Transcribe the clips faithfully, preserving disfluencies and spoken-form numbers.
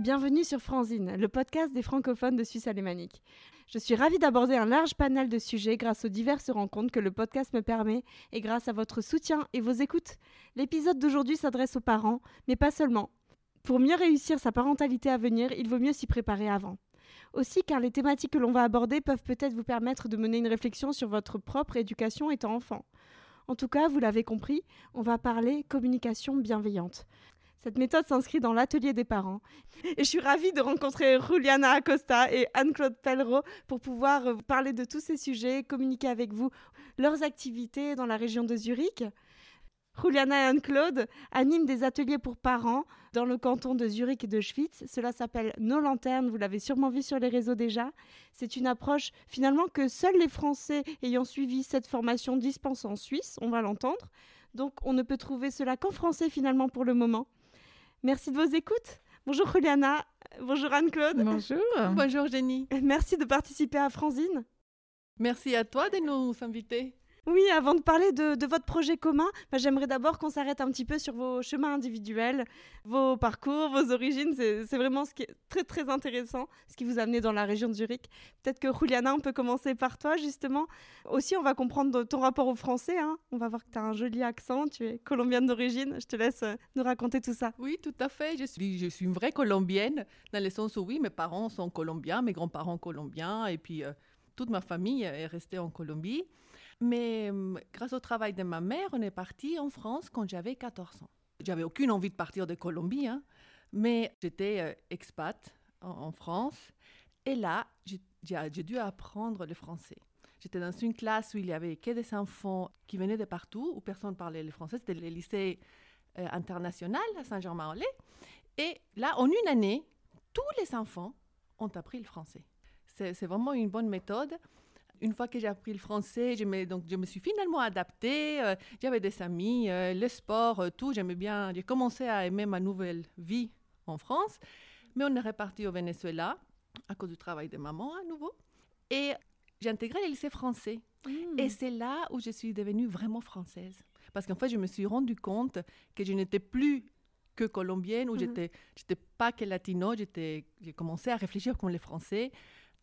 Bienvenue sur Franzine, le podcast des francophones de Suisse alémanique. Je suis ravie d'aborder un large panel de sujets grâce aux diverses rencontres que le podcast me permet et grâce à votre soutien et vos écoutes. L'épisode d'aujourd'hui s'adresse aux parents, mais pas seulement. Pour mieux réussir sa parentalité à venir, il vaut mieux s'y préparer avant. Aussi car les thématiques que l'on va aborder peuvent peut-être vous permettre de mener une réflexion sur votre propre éducation étant enfant. En tout cas, vous l'avez compris, on va parler communication bienveillante. Cette méthode s'inscrit dans l'atelier des parents. Et je suis ravie de rencontrer Juliana Acosta et Anne-Claude Pellereau pour pouvoir vous parler de tous ces sujets, communiquer avec vous leurs activités dans la région de Zurich. Juliana et Anne-Claude animent des ateliers pour parents dans le canton de Zurich et de Schwyz. Cela s'appelle Nos Lanternes, vous l'avez sûrement vu sur les réseaux déjà. C'est une approche finalement que seuls les Français ayant suivi cette formation dispensent en Suisse, on va l'entendre. Donc on ne peut trouver cela qu'en français finalement pour le moment. Merci de vos écoutes. Bonjour Juliana, bonjour Anne-Claude. Bonjour. Bonjour Jenny. Merci de participer à Franzine. Merci à toi de nous inviter. Oui, avant de parler de, de votre projet commun, bah, j'aimerais d'abord qu'on s'arrête un petit peu sur vos chemins individuels, vos parcours, vos origines. C'est, c'est vraiment ce qui est très très intéressant, ce qui vous a amené dans la région de Zurich. Peut-être que Juliana, on peut commencer par toi justement. Aussi, on va comprendre ton rapport au français. Hein. On va voir que tu as un joli accent, tu es colombienne d'origine. Je te laisse nous raconter tout ça. Oui, tout à fait. Je suis, je suis une vraie colombienne, dans le sens où oui, mes parents sont colombiens, mes grands-parents colombiens, et puis euh, toute ma famille est restée en Colombie. Mais euh, grâce au travail de ma mère, on est parti en France quand j'avais quatorze ans. J'avais aucune envie de partir de Colombie, hein, mais j'étais euh, expat en, en France. Et là, j'ai, j'ai dû apprendre le français. J'étais dans une classe où il y avait que des enfants qui venaient de partout, où personne ne parlait le français. C'était le lycée euh, international à Saint-Germain-en-Laye. Et là, en une année, tous les enfants ont appris le français. C'est, c'est vraiment une bonne méthode. Une fois que j'ai appris le français, je me, donc, je me suis finalement adaptée. Euh, j'avais des amis, euh, le sport, euh, tout. J'aimais bien. J'ai commencé à aimer ma nouvelle vie en France. Mais on est reparti au Venezuela à cause du travail de maman à nouveau. Et j'ai intégré le lycée français. Mmh. Et c'est là où je suis devenue vraiment française. Parce qu'en fait, je me suis rendu compte que je n'étais plus que colombienne, ou mmh. j'étais, j'étais pas que latino. J'étais, j'ai commencé à réfléchir comme les Français,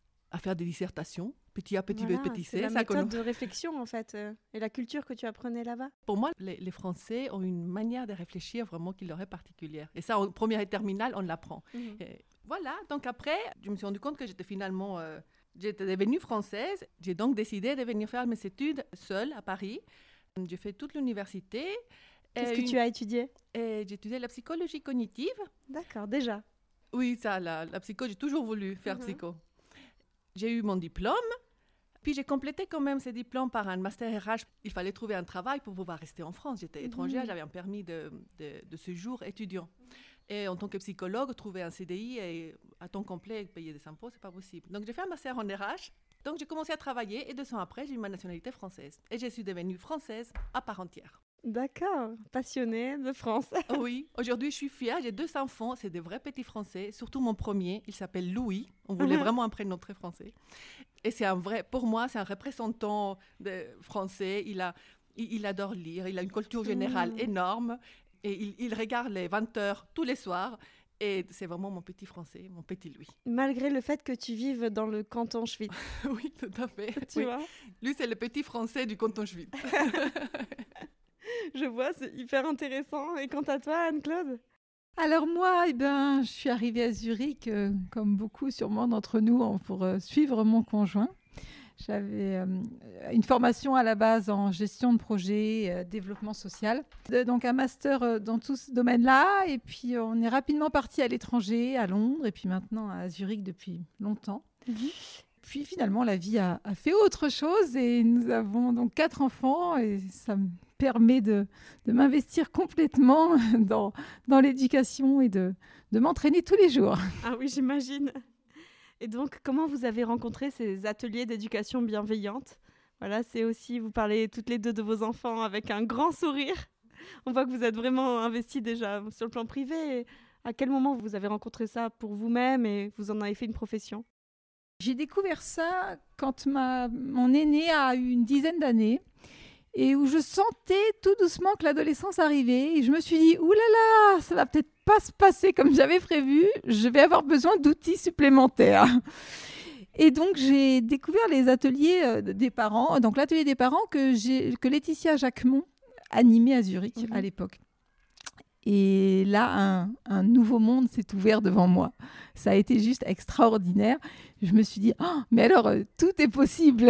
à faire des dissertations. Petit A, petit voilà, B, petit C. C'est la ça méthode con... de réflexion, en fait, euh, et la culture que tu apprenais là-bas. Pour moi, les, les Français ont une manière de réfléchir vraiment qui leur est particulière. Et ça, en première et terminale, on l'apprend. Mm-hmm. Et voilà, donc après, je me suis rendu compte que j'étais finalement... Euh, j'étais devenue française. J'ai donc décidé de venir faire mes études seule à Paris. J'ai fait toute l'université. Qu'est-ce que une... tu as étudié? Et j'ai étudié la psychologie cognitive. D'accord, déjà. Oui, ça, la, la psycho, j'ai toujours voulu faire mm-hmm. psycho. J'ai eu mon diplôme. Puis j'ai complété quand même ces diplômes par un master R H. Il fallait trouver un travail pour pouvoir rester en France. J'étais mmh. étrangère, j'avais un permis de, de, de séjour étudiant. Et en tant que psychologue, trouver un C D I et à temps complet, payer des impôts, c'est pas possible. Donc j'ai fait un master en R H. Donc j'ai commencé à travailler et deux ans après, j'ai eu ma nationalité française. Et je suis devenue française à part entière. D'accord, passionnée de France. Oh oui, aujourd'hui je suis fière, j'ai deux enfants, c'est des vrais petits Français, surtout mon premier, il s'appelle Louis, on voulait vraiment un prénom très français. Et c'est un vrai, pour moi, c'est un représentant de français, il, a, il, il adore lire, il a une culture générale mmh. énorme, et il, il regarde les vingt heures tous les soirs, et c'est vraiment mon petit Français, mon petit Louis. Malgré le fait que tu vives dans le canton Schwyz. Oui, tout à fait. Tu oui. vois Lui, c'est le petit Français du canton Schwyz. Je vois, c'est hyper intéressant. Et quant à toi, Anne-Claude ? Alors moi, eh ben, je suis arrivée à Zurich, euh, comme beaucoup sûrement d'entre nous, en, pour euh, suivre mon conjoint. J'avais euh, une formation à la base en gestion de projet, euh, développement social. De, donc un master euh, dans tout ce domaine-là. Et puis euh, on est rapidement parti à l'étranger, à Londres, et puis maintenant à Zurich depuis longtemps. Mm-hmm. Puis finalement, la vie a, a fait autre chose et nous avons donc quatre enfants et ça me permet de, de m'investir complètement dans, dans l'éducation et de, de m'entraîner tous les jours. Ah oui, j'imagine. Et donc, comment vous avez rencontré ces ateliers d'éducation bienveillante ? Voilà, c'est aussi, vous parlez toutes les deux de vos enfants avec un grand sourire. On voit que vous êtes vraiment investis déjà sur le plan privé. À quel moment vous avez rencontré ça pour vous-même et vous en avez fait une profession ? J'ai découvert ça quand ma, mon aîné a eu une dizaine d'années et où je sentais tout doucement que l'adolescence arrivait. Et je me suis dit, ouh là là, ça va peut-être pas se passer comme j'avais prévu. Je vais avoir besoin d'outils supplémentaires. Et donc, j'ai découvert les ateliers euh, des parents. Donc, l'atelier des parents que, j'ai, que Laetitia Jacquemont animait à Zurich mmh. à l'époque. Et là, un, un nouveau monde s'est ouvert devant moi. Ça a été juste extraordinaire. Je me suis dit, oh, mais alors, euh, tout est possible.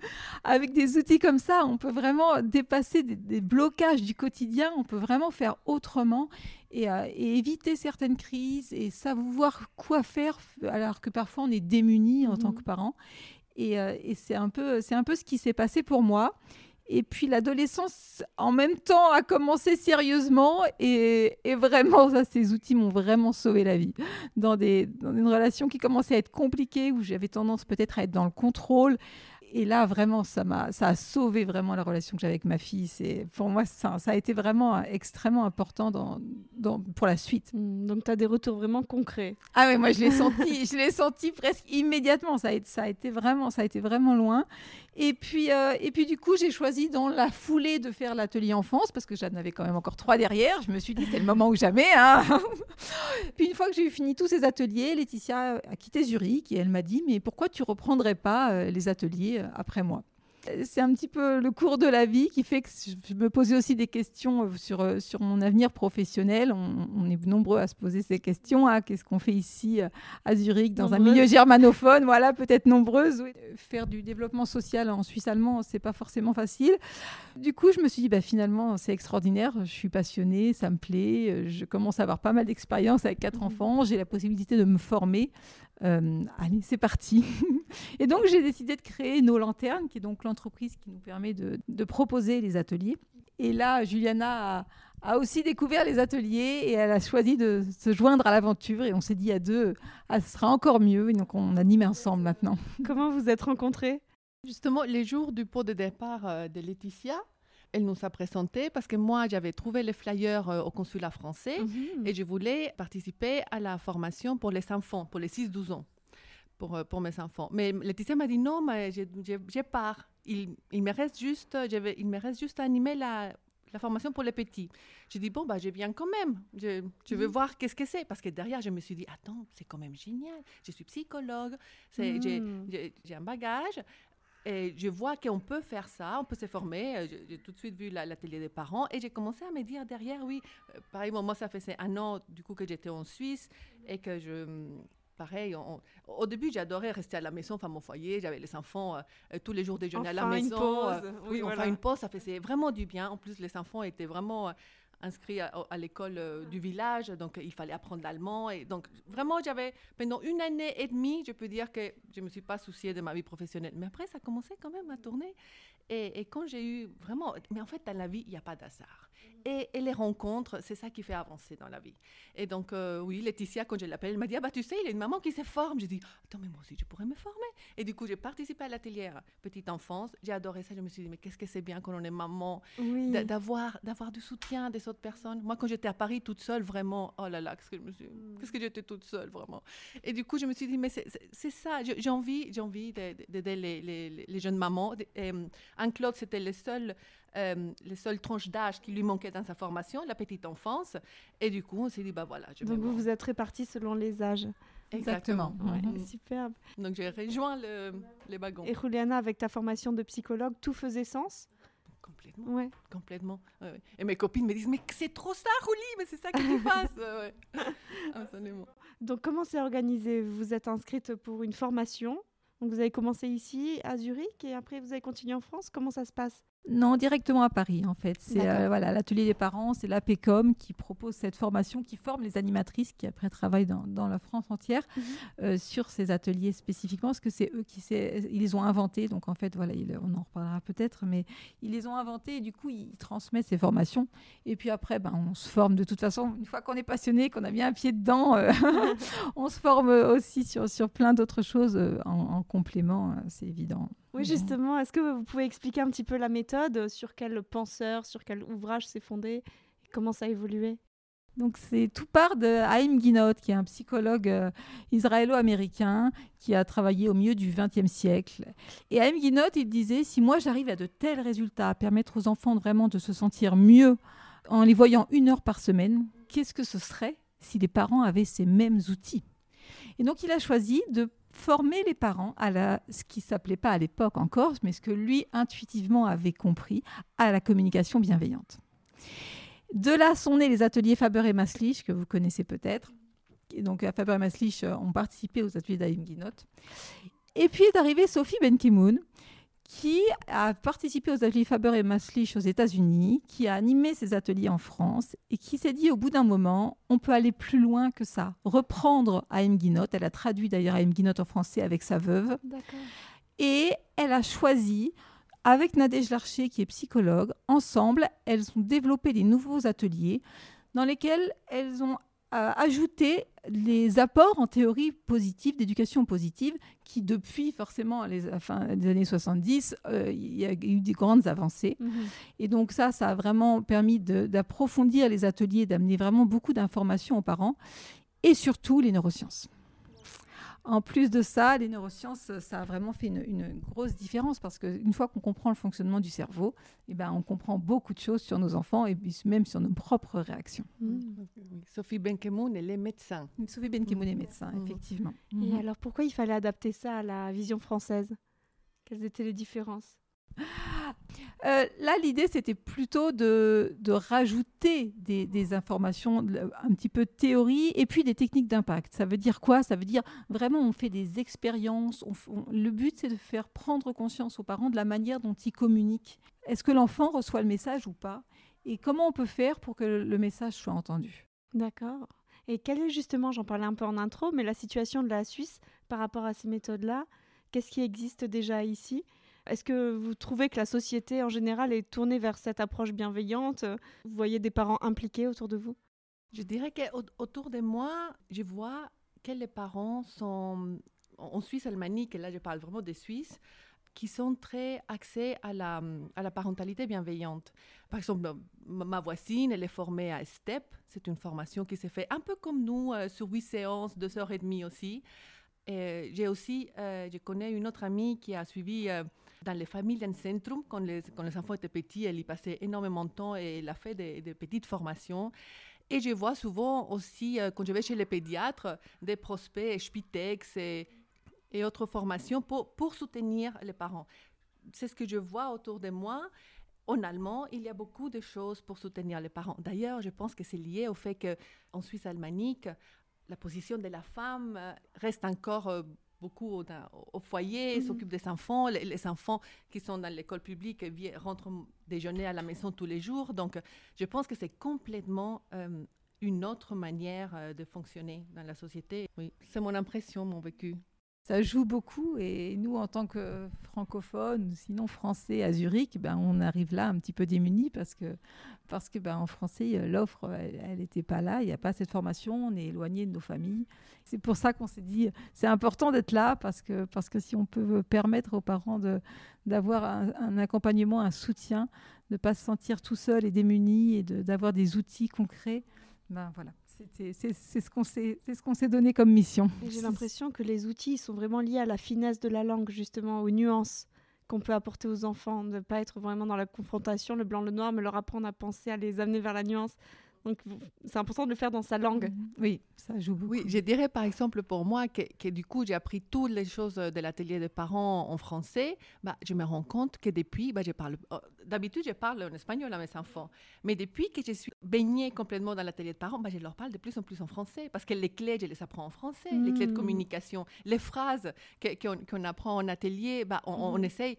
Avec des outils comme ça, on peut vraiment dépasser des, des blocages du quotidien. On peut vraiment faire autrement et, euh, et éviter certaines crises et savoir quoi faire alors que parfois on est démunis en mmh. tant que parents. Et, euh, et c'est un peu, c'est un peu ce qui s'est passé pour moi. Et puis l'adolescence, en même temps, a commencé sérieusement. Et, et vraiment, ça, ces outils m'ont vraiment sauvé la vie. Dans, des, dans une relation qui commençait à être compliquée, où j'avais tendance peut-être à être dans le contrôle. Et là, vraiment, ça, m'a, ça a sauvé vraiment la relation que j'avais avec ma fille. C'est, pour moi, ça, ça a été vraiment extrêmement important dans, dans, pour la suite. Mmh, donc, tu as des retours vraiment concrets. Ah oui, moi, je l'ai senti, je l'ai senti presque immédiatement. Ça a, ça a été vraiment, ça a été vraiment loin. Et puis, euh, et puis, du coup, j'ai choisi dans la foulée de faire l'atelier enfance parce que j'en avais quand même encore trois derrière. Je me suis dit, c'est le moment ou jamais. Hein. Puis, une fois que j'ai eu fini tous ces ateliers, Laetitia a quitté Zurich et elle m'a dit, mais pourquoi tu reprendrais pas euh, les ateliers après moi? C'est un petit peu le cours de la vie qui fait que je me posais aussi des questions sur, sur mon avenir professionnel. On, on est nombreux à se poser ces questions. Hein. Qu'est-ce qu'on fait ici à Zurich, dans nombreuses. Un milieu germanophone? Voilà, peut-être nombreuses. Oui. Faire du développement social en suisse allemand, c'est pas forcément facile. Du coup, je me suis dit, bah, finalement, c'est extraordinaire. Je suis passionnée, ça me plaît. Je commence à avoir pas mal d'expérience avec quatre mmh. enfants. J'ai la possibilité de me former. Euh, allez, c'est parti. Et donc, j'ai décidé de créer Nos Lanternes, qui est donc l'entreprise qui nous permet de, de proposer les ateliers. Et là, Juliana a, a aussi découvert les ateliers et elle a choisi de se joindre à l'aventure. Et on s'est dit à deux, ah, ce sera encore mieux. Et donc, on anime ensemble maintenant. Comment vous êtes rencontrés? Justement, les jours du pot de départ euh, de Laetitia, elle nous a présenté parce que moi, j'avais trouvé les flyers euh, au consulat français mmh. et je voulais participer à la formation pour les enfants, pour les six douze ans, pour, euh, pour mes enfants. Mais Laetitia m'a dit non, mais je, je, je pars. Il, il, me reste juste, vais, il me reste juste à animer la, la formation pour les petits. J'ai dit, bon, bah, je viens quand même. Je, je veux mmh. voir qu'est-ce que c'est. Parce que derrière, je me suis dit, attends, c'est quand même génial. Je suis psychologue, c'est, mmh. j'ai, j'ai, j'ai un bagage. Et je vois qu'on peut faire ça, on peut se former. J'ai, j'ai tout de suite vu la, l'atelier des parents et j'ai commencé à me dire derrière, oui, euh, pareil, moi, ça faisait un an du coup que j'étais en Suisse et que je, pareil, on, au début, j'adorais rester à la maison, femme au foyer, j'avais les enfants euh, tous les jours déjeuner à la maison. Enfin une pause. Euh, oui, oui, enfin voilà. une pause, ça faisait vraiment du bien. En plus, les enfants étaient vraiment... Euh, inscrit à, à l'école euh, du village, donc euh, il fallait apprendre l'allemand. Et donc, vraiment, j'avais, pendant une année et demie, je peux dire que je ne me suis pas souciée de ma vie professionnelle. Mais après, ça commençait quand même à tourner. Et, et quand j'ai eu vraiment... Mais en fait, dans la vie, il n'y a pas d'hasard. Et, et les rencontres, c'est ça qui fait avancer dans la vie. Et donc, euh, oui, Laetitia, quand je l'appelle, elle m'a dit, ah bah tu sais, il y a une maman qui se forme. J'ai dit, attends, mais moi aussi, je pourrais me former. Et du coup, j'ai participé à l'atelier petite enfance. J'ai adoré ça. Je me suis dit, mais qu'est-ce que c'est bien quand on est maman, oui. d'avoir, d'avoir du soutien des autres personnes. Moi, quand j'étais à Paris toute seule, vraiment, oh là là, qu'est-ce que, je me suis, mm. qu'est-ce que j'étais toute seule, vraiment. Et du coup, je me suis dit, mais c'est, c'est, c'est ça, j'ai envie, j'ai envie d'aider les, les, les jeunes mamans. Et, Anne-Claude, c'était les seuls... Euh, les seules tranches d'âge qui lui manquaient dans sa formation, la petite enfance. Et du coup, on s'est dit, bah voilà. Je Donc, vous vous êtes répartis selon les âges. Exactement. Ouais. Mmh. Superbe. Donc, j'ai rejoint le, les wagons. Et Juliana, avec ta formation de psychologue, tout faisait sens? Complètement. Ouais. Complètement. Ouais, ouais. Et mes copines me disent, mais c'est trop ça, Rouli, mais c'est ça que tu fasses. Ouais. Absolument. Donc, comment c'est organisé? Vous êtes inscrite pour une formation. Donc, vous avez commencé ici, à Zurich, et après, vous avez continué en France. Comment ça se passe? Non, directement à Paris, en fait. C'est euh, voilà, l'atelier des parents, c'est l'A P C O M qui propose cette formation, qui forme les animatrices qui après travaillent dans, dans la France entière mmh. euh, sur ces ateliers spécifiquement, parce que c'est eux qui ils les ont inventés. Donc, en fait, voilà, il, on en reparlera peut-être, mais ils les ont inventés et du coup, ils transmettent ces formations. Et puis après, ben, on se forme de toute façon. Une fois qu'on est passionné, qu'on a bien un pied dedans, euh, on se forme aussi sur, sur plein d'autres choses euh, en, en complément, euh, c'est évident. Oui, justement, est-ce que vous pouvez expliquer un petit peu la méthode, sur quel penseur, sur quel ouvrage c'est fondé, et comment ça a évolué? Donc, c'est tout part de Haïm Ginott, qui est un psychologue euh, israélo-américain qui a travaillé au milieu du vingtième siècle. Et Haïm Ginott, il disait, si moi j'arrive à de tels résultats, à permettre aux enfants vraiment de se sentir mieux en les voyant une heure par semaine, qu'est-ce que ce serait si les parents avaient ces mêmes outils ? Et donc, il a choisi de former les parents à la, ce qui ne s'appelait pas à l'époque encore, mais ce que lui, intuitivement, avait compris, à la communication bienveillante. De là sont nés les ateliers Faber et Maslich, que vous connaissez peut-être. Et donc, Faber et Maslich ont participé aux ateliers d'Haïm Ginott. Et puis est arrivée Sophie Benkemoun, qui a participé aux ateliers Faber et Maslich aux États-Unis, qui a animé ces ateliers en France et qui s'est dit au bout d'un moment, on peut aller plus loin que ça. Reprendre Haïm Ginott, elle a traduit d'ailleurs Haïm Ginott en français avec sa veuve. D'accord. Et elle a choisi, avec Nadège Larcher qui est psychologue, ensemble, elles ont développé des nouveaux ateliers dans lesquels elles ont euh, ajouté les apports en théorie positive, d'éducation positive, qui depuis forcément les, enfin, les années soixante-dix, euh, il y a eu des grandes avancées. Mmh. Et donc ça, ça a vraiment permis de, d'approfondir les ateliers, d'amener vraiment beaucoup d'informations aux parents, et surtout les neurosciences. En plus de ça, les neurosciences, ça a vraiment fait une, une grosse différence parce qu'une fois qu'on comprend le fonctionnement du cerveau, eh ben, on comprend beaucoup de choses sur nos enfants et même sur nos propres réactions. Mmh. Oui. Sophie Benkemoun, elle est médecin. Sophie Benkemoun est médecin, mmh. effectivement. Et mmh. alors, pourquoi il fallait adapter ça à la vision française ? Quelles étaient les différences ? Euh, là, l'idée, c'était plutôt de, de rajouter des, des informations, un petit peu de théorie, et puis des techniques d'impact. Ça veut dire quoi ? Ça veut dire vraiment, on fait des expériences. On, on, le but, c'est de faire prendre conscience aux parents de la manière dont ils communiquent. Est-ce que l'enfant reçoit le message ou pas ? Et comment on peut faire pour que le, le message soit entendu ? D'accord. Et quelle est justement, j'en parlais un peu en intro, mais la situation de la Suisse par rapport à ces méthodes-là ? Qu'est-ce qui existe déjà ici ? Est-ce que vous trouvez que la société en général est tournée vers cette approche bienveillante ? Vous voyez des parents impliqués autour de vous ? Je dirais qu'autour de moi, je vois que les parents sont, en Suisse alémanique, et là je parle vraiment des Suisses, qui sont très axés à la, à la parentalité bienveillante. Par exemple, ma voisine, elle est formée à STEP. C'est une formation qui s'est faite un peu comme nous, euh, sur huit séances, deux heures et demie aussi. Et j'ai aussi, euh, je connais une autre amie qui a suivi euh, dans les Familienzentrum, quand les, quand les enfants étaient petits, elle y passait énormément de temps et elle a fait des, des petites formations. Et je vois souvent aussi, euh, quand je vais chez les pédiatres, des prospects, Spitex et, et autres formations pour, pour soutenir les parents. C'est ce que je vois autour de moi. En allemand, il y a beaucoup de choses pour soutenir les parents. D'ailleurs, je pense que c'est lié au fait qu'en Suisse alémanique, la position de la femme reste encore euh, beaucoup au, au foyer, mmh. s'occupe des enfants. Les, les enfants qui sont dans l'école publique viennent, rentrent déjeuner à la maison tous les jours. Donc, je pense que c'est complètement euh, une autre manière euh, de fonctionner dans la société. Oui, c'est mon impression, mon vécu. Ça joue beaucoup et nous, en tant que francophones, sinon français à Zurich, ben, on arrive là un petit peu démunis parce que, parce que ben, en français, l'offre, elle n'était pas là, il n'y a pas cette formation, on est éloigné de nos familles. C'est pour ça qu'on s'est dit, c'est important d'être là parce que, parce que si on peut permettre aux parents de, d'avoir un, un accompagnement, un soutien, de ne pas se sentir tout seul et démuni et de, d'avoir des outils concrets, ben voilà. C'est, c'est, c'est, ce qu'on s'est, c'est ce qu'on s'est donné comme mission. Et j'ai l'impression que les outils sont vraiment liés à la finesse de la langue, justement, aux nuances qu'on peut apporter aux enfants, de ne pas être vraiment dans la confrontation, le blanc, le noir, mais leur apprendre à penser, à les amener vers la nuance. Donc, c'est important de le faire dans sa langue. Oui, ça joue beaucoup. Oui, je dirais par exemple pour moi que, que du coup, j'ai appris toutes les choses de l'atelier des parents en français. Bah, je me rends compte que depuis, bah, je parle, d'habitude, je parle en espagnol à mes enfants. Mais depuis que je suis baignée complètement dans l'atelier de parents, bah, je leur parle de plus en plus en français. Parce que les clés, je les apprends en français, mmh. les clés de communication. Les phrases que, qu'on, qu'on apprend en atelier, bah, on, mmh. on essaye...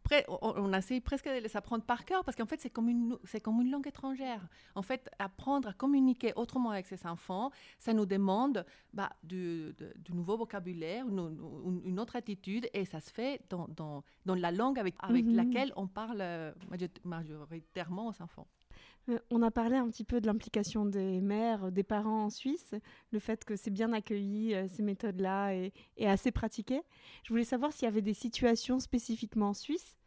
On essaie presque de les apprendre par cœur parce qu'en fait, c'est comme, une, c'est comme une langue étrangère. En fait, apprendre à communiquer autrement avec ses enfants, ça nous demande bah, du, de, du nouveau vocabulaire, une, une autre attitude, et ça se fait dans, dans, dans la langue avec, avec mm-hmm. laquelle on parle majoritairement aux enfants. On a parlé un petit peu de l'implication des mères, des parents en Suisse, le fait que c'est bien accueilli, euh, ces méthodes-là, et, et assez pratiqué. Je voulais savoir s'il y avait des situations spécifiquement en Suisse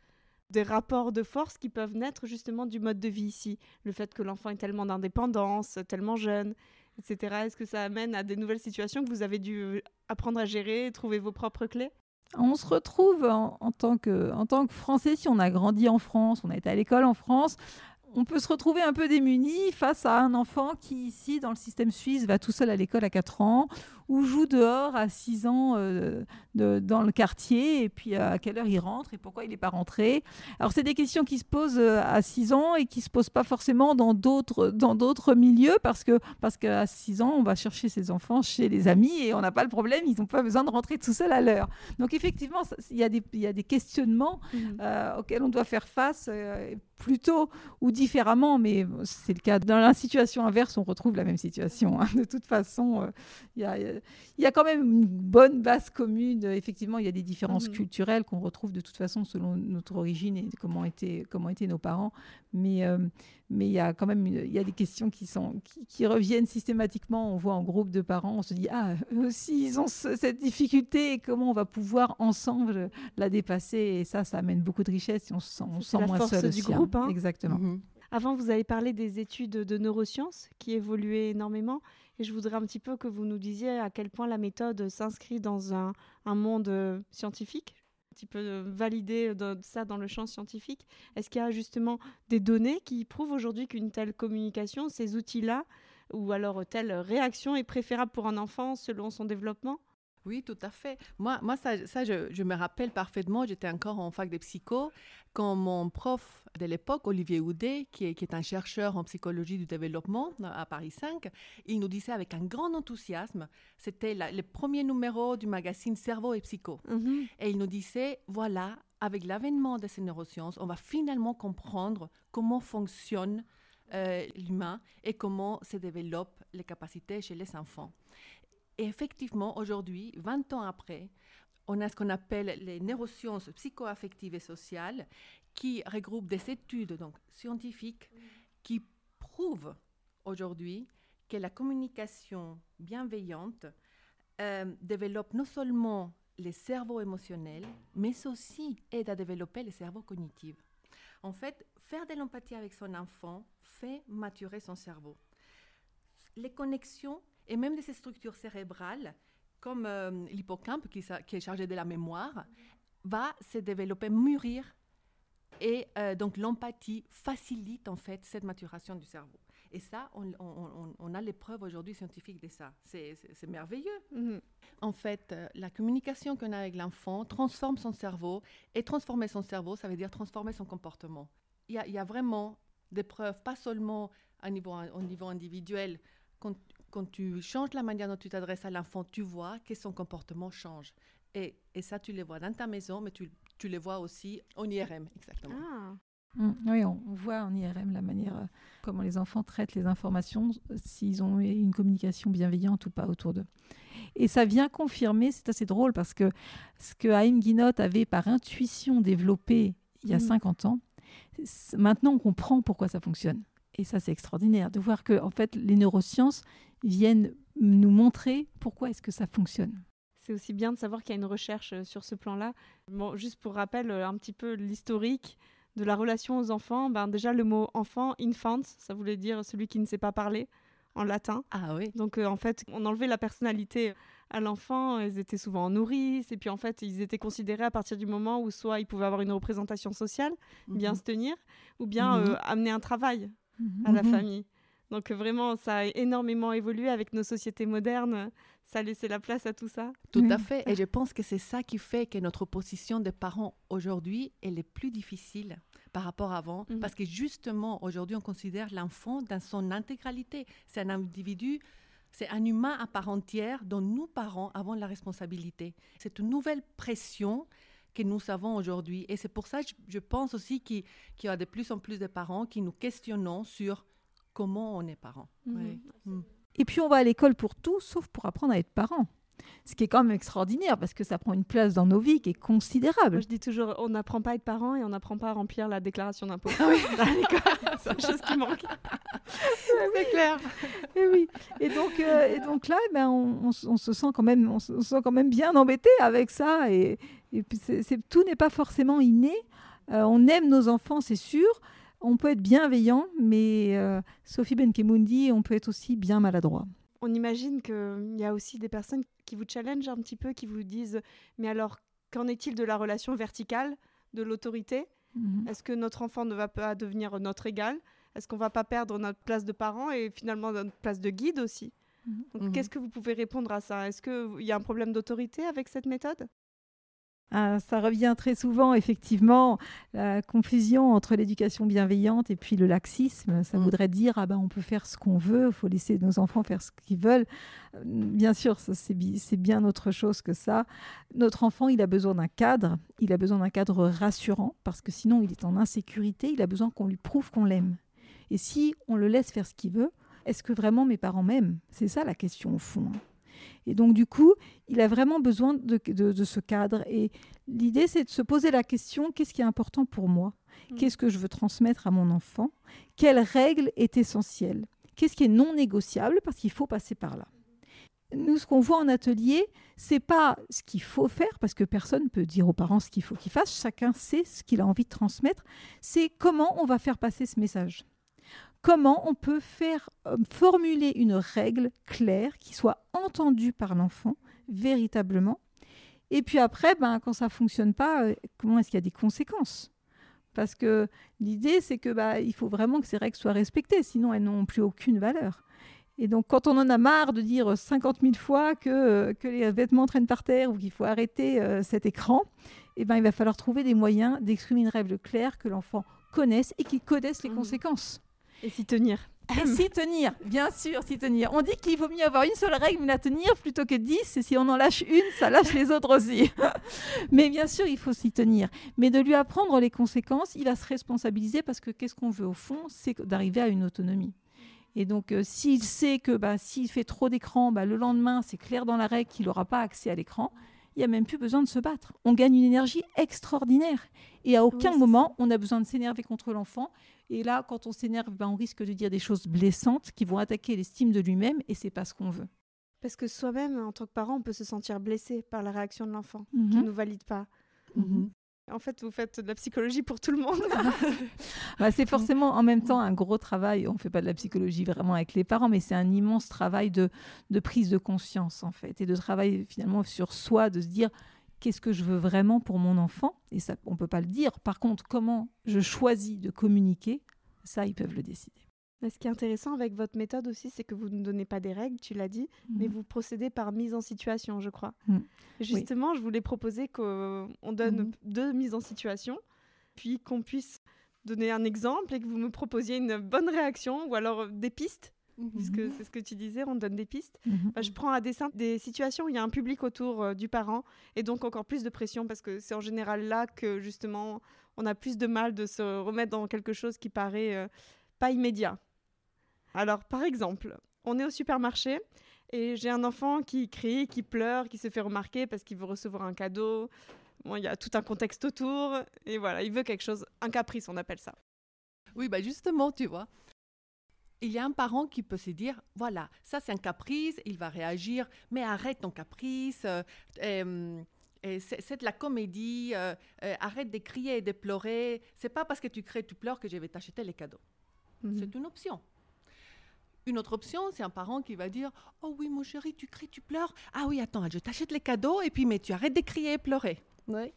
des rapports de force qui peuvent naître justement du mode de vie ici. Le fait que l'enfant ait tellement d'indépendance, tellement jeune, et cetera. Est-ce que ça amène à des nouvelles situations que vous avez dû apprendre à gérer, trouver vos propres clés ? On se retrouve en, en, tant que, en tant que Français, si on a grandi en France, on a été à l'école en France, on peut se retrouver un peu démuni face à un enfant qui, ici, dans le système suisse, va tout seul à l'école à quatre ans ou joue dehors à six ans euh, de, dans le quartier, et puis à quelle heure il rentre et pourquoi il n'est pas rentré. Alors, c'est des questions qui se posent à six ans et qui ne se posent pas forcément dans d'autres, dans d'autres milieux, parce, que, parce qu'à six ans, on va chercher ses enfants chez les amis et on n'a pas le problème, ils n'ont pas besoin de rentrer tout seul à l'heure. Donc, effectivement, il y a des, il y a des questionnements mmh. euh, auxquels on doit faire face euh, plus tôt ou différemment, mais c'est le cas. Dans la situation inverse, on retrouve la même situation. Hein. De toute façon, il euh, y a il y a quand même une bonne base commune. Effectivement, il y a des différences mmh. culturelles qu'on retrouve de toute façon selon notre origine et comment étaient, comment étaient nos parents. Mais, euh, mais il y a quand même une, il y a des questions qui, sont, qui, qui reviennent systématiquement. On voit en groupe de parents, on se dit « Ah, eux aussi, ils ont ce, cette difficulté et comment on va pouvoir ensemble la dépasser ?» Et ça, ça amène beaucoup de richesse et on se sent, on se sent moins seul. C'est la force du aussi, groupe. Hein. Exactement. Mmh. Avant, vous avez parlé des études de neurosciences qui évoluaient énormément. Et je voudrais un petit peu que vous nous disiez à quel point la méthode s'inscrit dans un, un monde euh, scientifique, un petit peu euh, valider de, ça dans le champ scientifique. Est-ce qu'il y a justement des données qui prouvent aujourd'hui qu'une telle communication, ces outils-là, ou alors telle réaction est préférable pour un enfant selon son développement ? Oui, tout à fait. Moi, moi ça, ça je, je me rappelle parfaitement, j'étais encore en fac de psycho, quand mon prof de l'époque, Olivier Houdet, qui est, qui est un chercheur en psychologie du développement à Paris cinq, il nous disait avec un grand enthousiasme, c'était la, le premier numéro du magazine Cerveau et Psycho. Mm-hmm. Et il nous disait, voilà, avec l'avènement de ces neurosciences, on va finalement comprendre comment fonctionne euh, l'humain et comment se développent les capacités chez les enfants. Et effectivement, aujourd'hui, vingt ans après, on a ce qu'on appelle les neurosciences psycho-affectives et sociales qui regroupent des études donc, scientifiques qui prouvent aujourd'hui que la communication bienveillante euh, développe non seulement les cerveaux émotionnels, mais aussi aide à développer les cerveaux cognitifs. En fait, faire de l'empathie avec son enfant fait maturer son cerveau. Les connexions et même des structures cérébrales, comme euh, l'hippocampe, qui, qui est chargé de la mémoire, va se développer, mûrir. Et euh, donc, l'empathie facilite, en fait, cette maturation du cerveau. Et ça, on, on, on, on a les preuves aujourd'hui scientifiques de ça. C'est, c'est, c'est merveilleux. Mm-hmm. En fait, euh, la communication qu'on a avec l'enfant transforme son cerveau. Et transformer son cerveau, ça veut dire transformer son comportement. Il y a, il y a vraiment des preuves, pas seulement à niveau, au niveau individuel. Quand, Quand tu changes la manière dont tu t'adresses à l'enfant, tu vois que son comportement change. Et, et ça, tu le vois dans ta maison, mais tu, tu le vois aussi en I R M, exactement. Ah. Mmh, oui, on, on voit en I R M la manière euh, comment les enfants traitent les informations, s'ils ont une communication bienveillante ou pas autour d'eux. Et ça vient confirmer, c'est assez drôle, parce que ce que Haïm Ginott avait par intuition développé il y a mmh. cinquante ans, maintenant on comprend pourquoi ça fonctionne. Et ça, c'est extraordinaire de voir que en fait, les neurosciences viennent nous montrer pourquoi est-ce que ça fonctionne. C'est aussi bien de savoir qu'il y a une recherche sur ce plan-là. Bon, juste pour rappel, un petit peu l'historique de la relation aux enfants. Ben, déjà, le mot enfant, infant, ça voulait dire celui qui ne sait pas parler en latin. Ah oui. Donc, euh, en fait, on enlevait la personnalité à l'enfant. Ils étaient souvent en nourrice. Et puis, en fait, ils étaient considérés à partir du moment où soit ils pouvaient avoir une représentation sociale, mm-hmm. bien se tenir, ou bien mm-hmm. euh, amener un travail à la mmh. famille. Donc vraiment, ça a énormément évolué avec nos sociétés modernes. Ça a laissé la place à tout ça. Tout mmh. à fait. Et je pense que c'est ça qui fait que notre position de parents aujourd'hui, elle est plus difficile par rapport à avant. Mmh. Parce que justement, aujourd'hui, on considère l'enfant dans son intégralité. C'est un individu, c'est un humain à part entière dont nous, parents, avons la responsabilité. C'est une nouvelle pression que nous savons aujourd'hui. Et c'est pour ça que je pense aussi qu'il, qu'il y a de plus en plus de parents qui nous questionnons sur comment on est parents. Mmh. Oui. Mmh. Et puis on va à l'école pour tout, sauf pour apprendre à être parent. Ce qui est quand même extraordinaire, parce que ça prend une place dans nos vies qui est considérable. Moi, je dis toujours, on n'apprend pas à être parent et on n'apprend pas à remplir la déclaration d'impôt. Ah oui, à l'école, c'est une chose qui manque. C'est clair. Et oui. Et donc, euh, et donc là, ben, on, on, on se sent quand même, on se sent quand même bien embêté avec ça. Et, et puis c'est, c'est, tout n'est pas forcément inné. Euh, on aime nos enfants, c'est sûr. On peut être bienveillant, mais euh, Sophie Benkemoun, on peut être aussi bien maladroit. On imagine qu'il y a aussi des personnes qui vous challengent un petit peu, qui vous disent « Mais alors, qu'en est-il de la relation verticale, de l'autorité ? Mmh. Est-ce que notre enfant ne va pas devenir notre égal ? Est-ce qu'on ne va pas perdre notre place de parent et finalement notre place de guide aussi ?» Donc, Mhm. qu'est-ce que vous pouvez répondre à ça ? Est-ce qu'il y a un problème d'autorité avec cette méthode ? Ah, ça revient très souvent, effectivement, la confusion entre l'éducation bienveillante et puis le laxisme. Ça Mm. voudrait dire, ah ben, on peut faire ce qu'on veut, il faut laisser nos enfants faire ce qu'ils veulent. Euh, Bien sûr, ça, c'est, bi- c'est bien autre chose que ça. Notre enfant, il a besoin d'un cadre, il a besoin d'un cadre rassurant, parce que sinon, il est en insécurité, il a besoin qu'on lui prouve qu'on l'aime. Et si on le laisse faire ce qu'il veut, est-ce que vraiment mes parents m'aiment ? C'est ça la question au fond. Et donc, du coup, il a vraiment besoin de, de, de ce cadre. Et l'idée, c'est de se poser la question, qu'est-ce qui est important pour moi ? Mmh. Qu'est-ce que je veux transmettre à mon enfant ? Quelle règle est essentielle ? Qu'est-ce qui est non négociable ? Parce qu'il faut passer par là. Nous, ce qu'on voit en atelier, c'est pas ce qu'il faut faire, parce que personne ne peut dire aux parents ce qu'il faut qu'ils fassent. Chacun sait ce qu'il a envie de transmettre. C'est comment on va faire passer ce message. Comment on peut faire euh, formuler une règle claire qui soit entendue par l'enfant véritablement. Et puis après, ben, quand ça ne fonctionne pas, euh, comment est-ce qu'il y a des conséquences ? Parce que l'idée, c'est que bah, il faut vraiment que ces règles soient respectées, sinon elles n'ont plus aucune valeur. Et donc, quand on en a marre de dire cinquante mille fois que, euh, que les vêtements traînent par terre ou qu'il faut arrêter euh, cet écran, eh ben, il va falloir trouver des moyens d'exprimer une règle claire que l'enfant connaisse et qu'il connaisse les Mmh. conséquences. Et s'y tenir. Et s'y tenir, bien sûr, s'y tenir. On dit qu'il vaut mieux avoir une seule règle, mais la tenir, plutôt que dix. Et si on en lâche une, ça lâche les autres aussi. Mais bien sûr, il faut s'y tenir. Mais de lui apprendre les conséquences, il va se responsabiliser parce que qu'est-ce qu'on veut au fond ? C'est d'arriver à une autonomie. Et donc, euh, s'il sait que bah, s'il fait trop d'écran, bah, le lendemain, c'est clair dans la règle qu'il n'aura pas accès à l'écran, il n'y a même plus besoin de se battre. On gagne une énergie extraordinaire. Et à aucun Oui, moment, on a besoin de s'énerver contre l'enfant. Et là, quand on s'énerve, ben, on risque de dire des choses blessantes qui vont attaquer l'estime de lui-même, et c'est pas ce qu'on veut. Parce que soi-même, en tant que parent, on peut se sentir blessé par la réaction de l'enfant Mhm. qui ne nous valide pas. Mhm. En fait, vous faites de la psychologie pour tout le monde. Bah, c'est forcément en même temps un gros travail. On ne fait pas de la psychologie vraiment avec les parents, mais c'est un immense travail de, de prise de conscience, en fait, et de travail finalement sur soi, de se dire qu'est-ce que je veux vraiment pour mon enfant ? Et ça, on ne peut pas le dire. Par contre, comment je choisis de communiquer, ça, ils peuvent le décider. Mais ce qui est intéressant avec votre méthode aussi, c'est que vous ne donnez pas des règles, tu l'as dit, mais Mhm. vous procédez par mise en situation, je crois. Mm. Justement, je voulais proposer qu'on donne Mhm. deux mises en situation, puis qu'on puisse donner un exemple et que vous me proposiez une bonne réaction ou alors euh, des pistes, puisque Mhm. c'est ce que tu disais, on donne des pistes. Mhm. Bah, je prends à dessein des situations où il y a un public autour euh, du parent et donc encore plus de pression parce que c'est en général là que justement on a plus de mal de se remettre dans quelque chose qui paraît euh, pas immédiat. Alors par exemple, on est au supermarché et j'ai un enfant qui crie, qui pleure, qui se fait remarquer parce qu'il veut recevoir un cadeau. Bon, il y a tout un contexte autour et voilà, il veut quelque chose, un caprice on appelle ça. Oui, bah justement, tu vois, il y a un parent qui peut se dire, voilà, ça c'est un caprice, il va réagir, mais arrête ton caprice, euh, euh, euh, c'est, c'est de la comédie, euh, euh, arrête de crier et de pleurer, c'est pas parce que tu cries, tu pleures que je vais t'acheter les cadeaux. Mhm. C'est une option. Une autre option, c'est un parent qui va dire, oh oui mon chéri, tu cries, tu pleures, ah oui attends, je t'achète les cadeaux et puis mais tu arrêtes de crier et pleurer. Oui.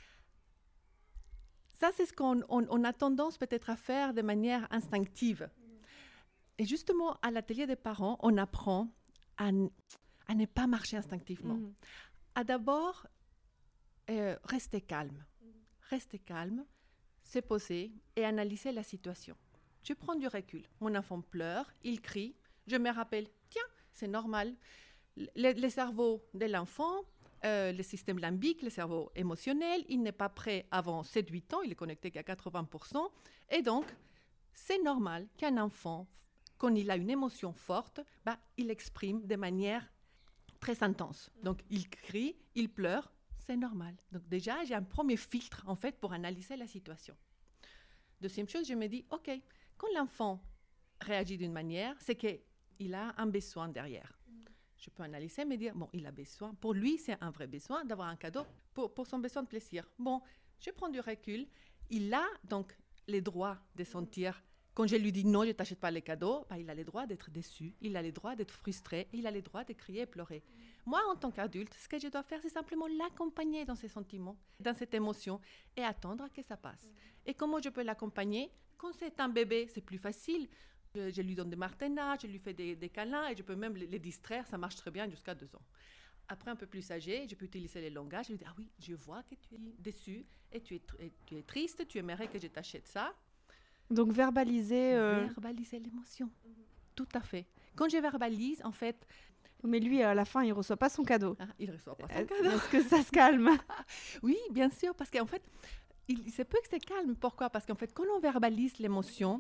Ça, c'est ce qu'on on, on a tendance peut-être à faire de manière instinctive. Et justement, à l'atelier des parents, on apprend à, n- à ne pas marcher instinctivement. Mhm. À d'abord euh, rester calme. Rester calme, se poser et analyser la situation. Je prends du recul. Mon enfant pleure, il crie. Je me rappelle, tiens, c'est normal. Le, le cerveau de l'enfant, euh, le système limbique, le cerveau émotionnel, il n'est pas prêt avant sept huit ans, il est connecté qu'à quatre-vingts pour cent. Et donc, c'est normal qu'un enfant, quand il a une émotion forte, bah, il exprime de manière très intense. Donc, il crie, il pleure, c'est normal. Donc, déjà, j'ai un premier filtre, en fait, pour analyser la situation. Deuxième chose, je me dis, OK, quand l'enfant réagit d'une manière, c'est qu'il a un besoin derrière. Je peux analyser, me dire, bon, il a besoin. Pour lui, c'est un vrai besoin d'avoir un cadeau pour, pour son besoin de plaisir. Bon, je prends du recul il a donc les droits de sentir. Quand je lui dis non, je ne t'achète pas les cadeaux, bah, il a le droit d'être déçu, il a le droit d'être frustré, il a le droit de crier et pleurer. Moi, en tant qu'adulte, ce que je dois faire, c'est simplement l'accompagner dans ses sentiments, dans cette émotion, et attendre que ça passe. Et comment je peux l'accompagner? Quand c'est un bébé, c'est plus facile. Je, je lui donne des martinages, je lui fais des, des câlins, et je peux même les, les distraire, ça marche très bien jusqu'à deux ans. Après, un peu plus âgé, je peux utiliser les langages, je lui dis, ah oui, je vois que tu es déçu, et tu es, et tu es triste, tu aimerais que je t'achète ça. Donc verbaliser... Euh... Verbaliser l'émotion, tout à fait. Quand je verbalise, en fait... Mais lui, à la fin, il ne reçoit pas son cadeau. Ah, il ne reçoit pas son Est- cadeau. Est-ce que ça se calme? Oui, bien sûr, parce qu'en fait, il, il se peut que c'est calme. Pourquoi? Parce qu'en fait, quand on verbalise l'émotion,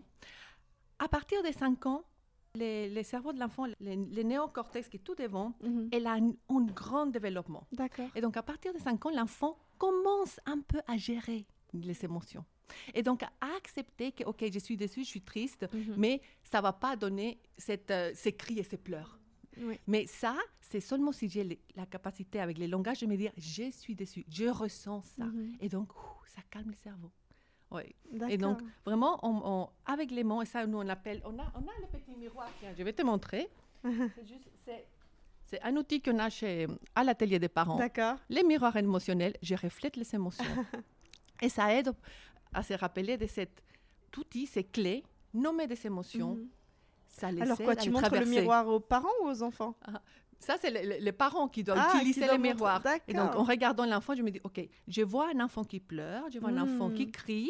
à partir de cinq ans, les, les cerveaux de l'enfant, les, les néocortex qui est tout devant, Mhm. elle a un, un grand développement. D'accord. Et donc, à partir de cinq ans, l'enfant commence un peu à gérer les émotions. Et donc, à accepter que, OK, je suis déçue, je suis triste, Mhm. mais ça ne va pas donner cette, euh, ces cris et ces pleurs. Oui. Mais ça, c'est seulement si j'ai les- la capacité avec les langages de me dire, je suis déçue, je ressens ça. Mhm. Et donc, ouh, ça calme le cerveau. Oui. D'accord. Et donc, vraiment, on, on- avec les mots, et ça, nous, on appelle, on a, on a le petit miroir, tiens, je vais te montrer. c'est, juste, c'est, c'est un outil qu'on a chez, à l'atelier des parents. D'accord. Les miroirs émotionnels, je reflète les émotions. Et ça aide à se rappeler de cet outil, ces clés, nommer des émotions. Mhm. Ça les Alors aide quoi, à tu les montres le traverser. miroir aux parents ou aux enfants? Ça, c'est les, les- les parents qui doivent Ah, qui utiliser doivent les montrer- miroirs. Et donc, d'accord. en regardant l'enfant, je me dis, OK, je vois un enfant qui pleure, je vois un enfant Mm. qui crie.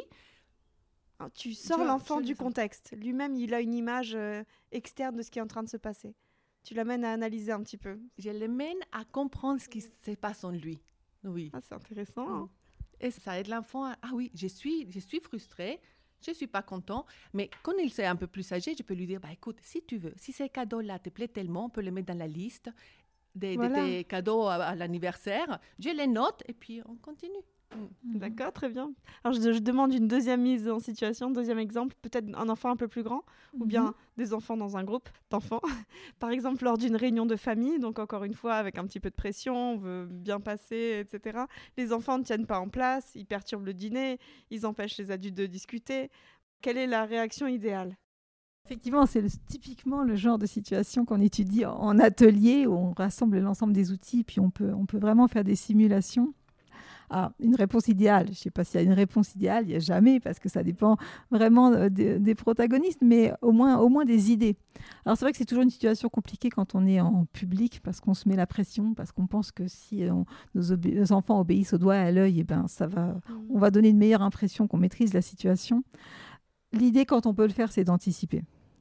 Alors, tu sors Je- l'enfant je du les sens. contexte. Lui-même, il a une image euh, externe de ce qui est en train de se passer. Tu l'amènes à analyser un petit peu. Je les mène à comprendre ce qui se passe en lui. Oui. Ah, c'est intéressant. Mm. hein. Et ça aide l'enfant à, ah oui, je suis, je suis frustrée, je ne suis pas content. Mais quand il est un peu plus âgé, je peux lui dire, bah, écoute, si tu veux, si ces cadeaux-là te plaisent tellement, on peut les mettre dans la liste des, Voilà. de tes cadeaux à, à l'anniversaire. Je les note et puis on continue. Mhm. D'accord, très bien. Alors, je, je demande une deuxième mise en situation, deuxième exemple, peut-être un enfant un peu plus grand, ou bien des enfants dans un groupe d'enfants. Par exemple, lors d'une réunion de famille, donc encore une fois, avec un petit peu de pression, on veut bien passer, et cetera. Les enfants ne tiennent pas en place, ils perturbent le dîner, ils empêchent les adultes de discuter. Quelle est la réaction idéale? Effectivement, c'est le- typiquement le genre de situation qu'on étudie en, en atelier où on rassemble l'ensemble des outils, puis on peut, on peut vraiment faire des simulations. Ah, une réponse idéale, je ne sais pas s'il y a une réponse idéale, il n'y a jamais, parce que ça dépend vraiment euh, des, des protagonistes, mais au moins, au moins des idées. Alors c'est vrai que c'est toujours une situation compliquée quand on est en public, parce qu'on se met la pression, parce qu'on pense que si on- nos, obé- nos enfants obéissent au doigt et à l'œil, eh ben, ça va, on va donner une meilleure impression qu'on maîtrise la situation. L'idée, quand on peut le faire, c'est d'anticiper.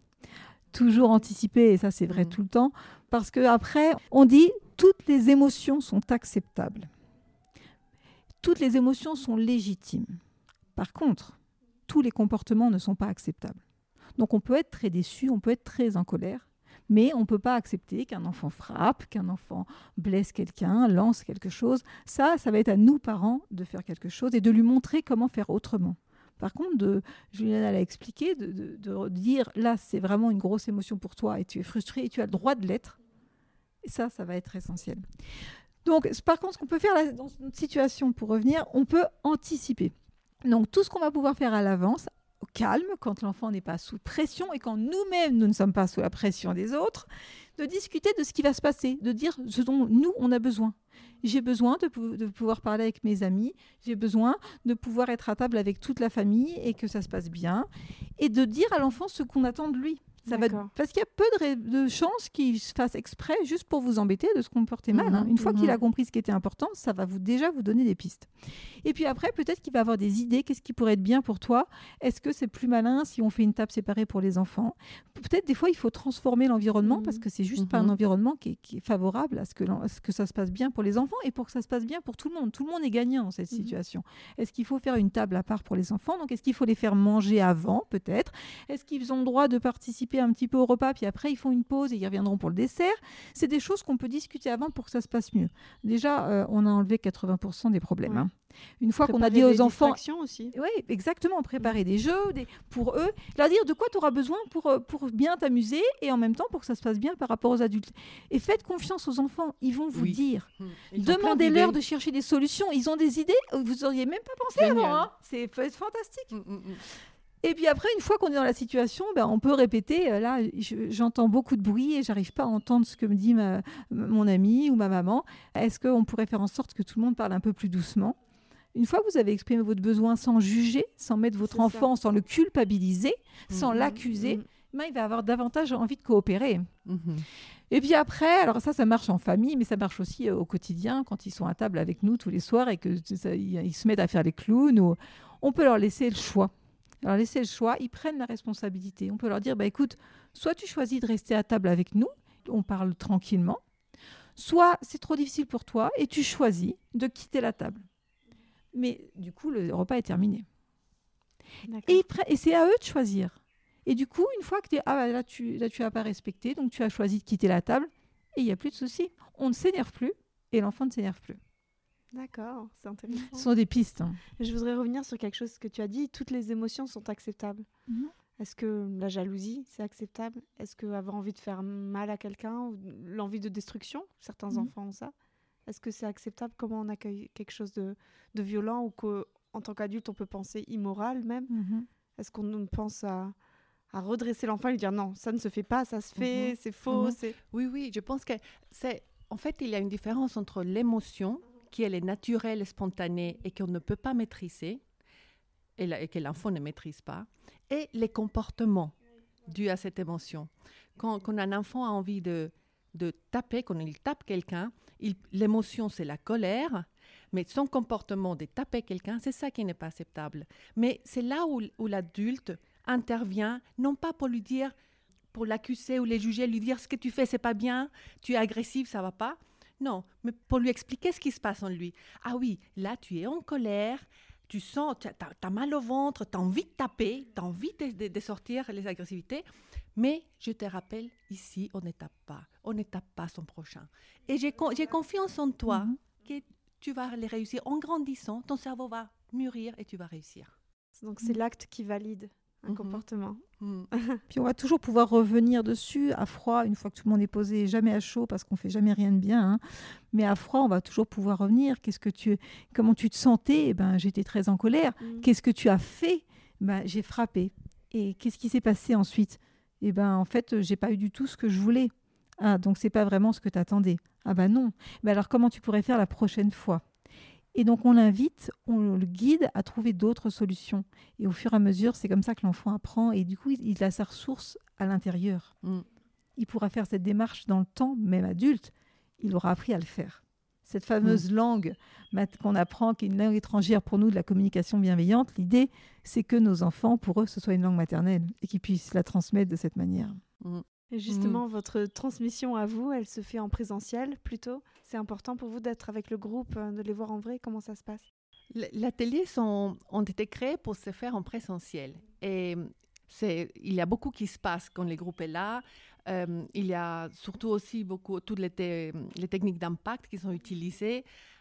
Toujours anticiper, et ça c'est vrai Mm. tout le temps, parce qu'après, on dit toutes les émotions sont acceptables. Toutes les émotions sont légitimes. Par contre, tous les comportements ne sont pas acceptables. Donc on peut être très déçu, on peut être très en colère, mais on ne peut pas accepter qu'un enfant frappe, qu'un enfant blesse quelqu'un, lance quelque chose. Ça, ça va être à nous, parents, de faire quelque chose et de lui montrer comment faire autrement. Par contre, de, Juliana l'a expliqué, de, de, de dire là, c'est vraiment une grosse émotion pour toi et tu es frustré et tu as le droit de l'être. Et ça, ça va être essentiel. Donc, par contre, ce qu'on peut faire là, dans une situation, pour revenir, on peut anticiper. Donc, tout ce qu'on va pouvoir faire à l'avance, au calme, quand l'enfant n'est pas sous pression et quand nous-mêmes, nous ne sommes pas sous la pression des autres, de discuter de ce qui va se passer, de dire ce dont nous, on a besoin. J'ai besoin de, pou- de pouvoir parler avec mes amis, j'ai besoin de pouvoir être à table avec toute la famille et que ça se passe bien, et de dire à l'enfant ce qu'on attend de lui. Ça va, D'accord. parce qu'il y a peu de, ré- de chances qu'il se fasse exprès juste pour vous embêter de se comporter mal. hein. Mhm, Une fois mhm. qu'il a compris ce qui était important, ça va vous, déjà vous donner des pistes. Et puis après, peut-être qu'il va avoir des idées. Qu'est-ce qui pourrait être bien pour toi? Est-ce que c'est plus malin si on fait une table séparée pour les enfants? Peut-être des fois, il faut transformer l'environnement Mhm. parce que c'est juste pas un Mhm. environnement qui est, qui est favorable à ce, que l'en- à ce que ça se passe bien pour les enfants et pour que ça se passe bien pour tout le monde. Tout le monde est gagnant dans cette Mhm. situation. Est-ce qu'il faut faire une table à part pour les enfants? Donc, est-ce qu'il faut les faire manger avant, peut-être? Est-ce qu'ils ont le droit de participer un petit peu au repas, puis après ils font une pause et ils reviendront pour le dessert? C'est des choses qu'on peut discuter avant pour que ça se passe mieux. Déjà, euh, on a enlevé quatre-vingts pour cent des problèmes. Ouais. hein. Une fois qu'on a Préparer dit des aux enfants... distractions aussi. Oui, exactement, préparer des jeux des... pour eux, leur dire de quoi tu auras besoin pour, euh, pour bien t'amuser et en même temps pour que ça se passe bien par rapport aux adultes. Et faites confiance aux enfants, ils vont vous Oui. dire. Mmh. Ils ont plein Demandez-leur d'idées. de chercher des solutions, ils ont des idées, vous n'auriez même pas pensé Génial. avant. Hein. C'est peut être fantastique. Mmh, mmh, mmh. Et puis après, une fois qu'on est dans la situation, ben, on peut répéter. euh, Là, je- j'entends beaucoup de bruit et j'arrive pas à entendre ce que me dit ma- mon ami ou ma maman. Est-ce qu'on pourrait faire en sorte que tout le monde parle un peu plus doucement? Une fois que vous avez exprimé votre besoin sans juger, sans mettre votre C'est ça. enfant, sans le culpabiliser, sans Mhm. l'accuser, Mhm. ben, il va avoir davantage envie de coopérer. Mhm. Et puis après, alors ça, ça marche en famille, mais ça marche aussi euh, au quotidien, quand ils sont à table avec nous tous les soirs et qu'ils ils se mettent à faire les clowns. Ou... On peut leur laisser le choix. Alors laisser le choix, ils prennent la responsabilité. On peut leur dire, bah, écoute, soit tu choisis de rester à table avec nous, on parle tranquillement, soit c'est trop difficile pour toi et tu choisis de quitter la table. Mais du coup, le repas est terminé. D'accord. Et, ils pre- et c'est à eux de choisir. Et du coup, une fois que t'es, ah, bah, là, tu là, tu n'as pas respecté, donc tu as choisi de quitter la table, et il n'y a plus de souci. On ne s'énerve plus, et l'enfant ne s'énerve plus. D'accord, c'est intéressant. Ce sont des pistes. Hein. Je voudrais revenir sur quelque chose que tu as dit. Toutes les émotions sont acceptables. Mhm. Est-ce que la jalousie, c'est acceptable? Est-ce qu'avoir envie de faire mal à quelqu'un ou l'envie de destruction? Certains Mhm. enfants ont ça. Est-ce que c'est acceptable? Comment on accueille quelque chose de, de violent ou qu'en tant qu'adulte, on peut penser immoral même? Mhm. Est-ce qu'on pense à, à redresser l'enfant et lui dire non, ça ne se fait pas, ça se fait, Mhm. c'est faux, Mhm. c'est... Oui, oui, je pense que c'est... En fait, il y a une différence entre l'émotion, qui elle est naturelle et spontanée et qu'on ne peut pas maîtriser, et, la- et que l'enfant ne maîtrise pas, et les comportements dus à cette émotion. Quand, quand un enfant a envie de, de taper, quand il tape quelqu'un, il- l'émotion, c'est la colère, mais son comportement de taper quelqu'un, c'est ça qui n'est pas acceptable. Mais c'est là où, où l'adulte intervient, non pas pour lui dire, pour l'accuser ou les juger, lui dire ce que tu fais, c'est pas bien, tu es agressif, ça va pas. Non, mais pour lui expliquer ce qui se passe en lui. Ah oui, là, tu es en colère, tu sens, tu as mal au ventre, tu as envie de taper, tu as envie de, de- de sortir les agressivités, mais je te rappelle, ici, on ne tape pas, on ne tape pas son prochain. Et j'ai, con- j'ai confiance en toi Mhm. que tu vas les réussir. En grandissant, ton cerveau va mûrir et tu vas réussir. Donc c'est l'acte qui valide un Mhm. comportement. Hmm. Puis on va toujours pouvoir revenir dessus à froid, une fois que tout le monde est posé, jamais à chaud parce qu'on fait jamais rien de bien. Hein. Mais à froid, on va toujours pouvoir revenir. Qu'est-ce que tu, comment tu te sentais? Eh ben, j'étais très en colère. Mm. Qu'est-ce que tu as fait? Ben, j'ai frappé. Et qu'est-ce qui s'est passé ensuite? Eh ben, en fait, j'ai pas eu du tout ce que je voulais. Ah, donc c'est pas vraiment ce que tu attendais. Ah ben non. Ben alors comment tu pourrais faire la prochaine fois? Et donc on l'invite, on le guide à trouver d'autres solutions. Et au fur et à mesure, c'est comme ça que l'enfant apprend. Et du coup, il, il a sa ressource à l'intérieur. Mm. Il pourra faire cette démarche dans le temps, même adulte. Il aura appris à le faire. Cette fameuse langue mat- qu'on apprend, qui est une langue étrangère pour nous, de la communication bienveillante, l'idée, c'est que nos enfants, pour eux, ce soit une langue maternelle et qu'ils puissent la transmettre de cette manière. Mm. Et justement, votre transmission à vous, elle se fait en présentiel plutôt? C'est important pour vous d'être avec le groupe, euh, de les voir en vrai? Comment ça se passe? L- L'atelier sont, ont été créés pour se faire en présentiel. Et c'est, il y a beaucoup qui se passe quand le groupe est là. Euh, il y a surtout aussi beaucoup, toutes les, te- les techniques d'impact qui sont utilisées,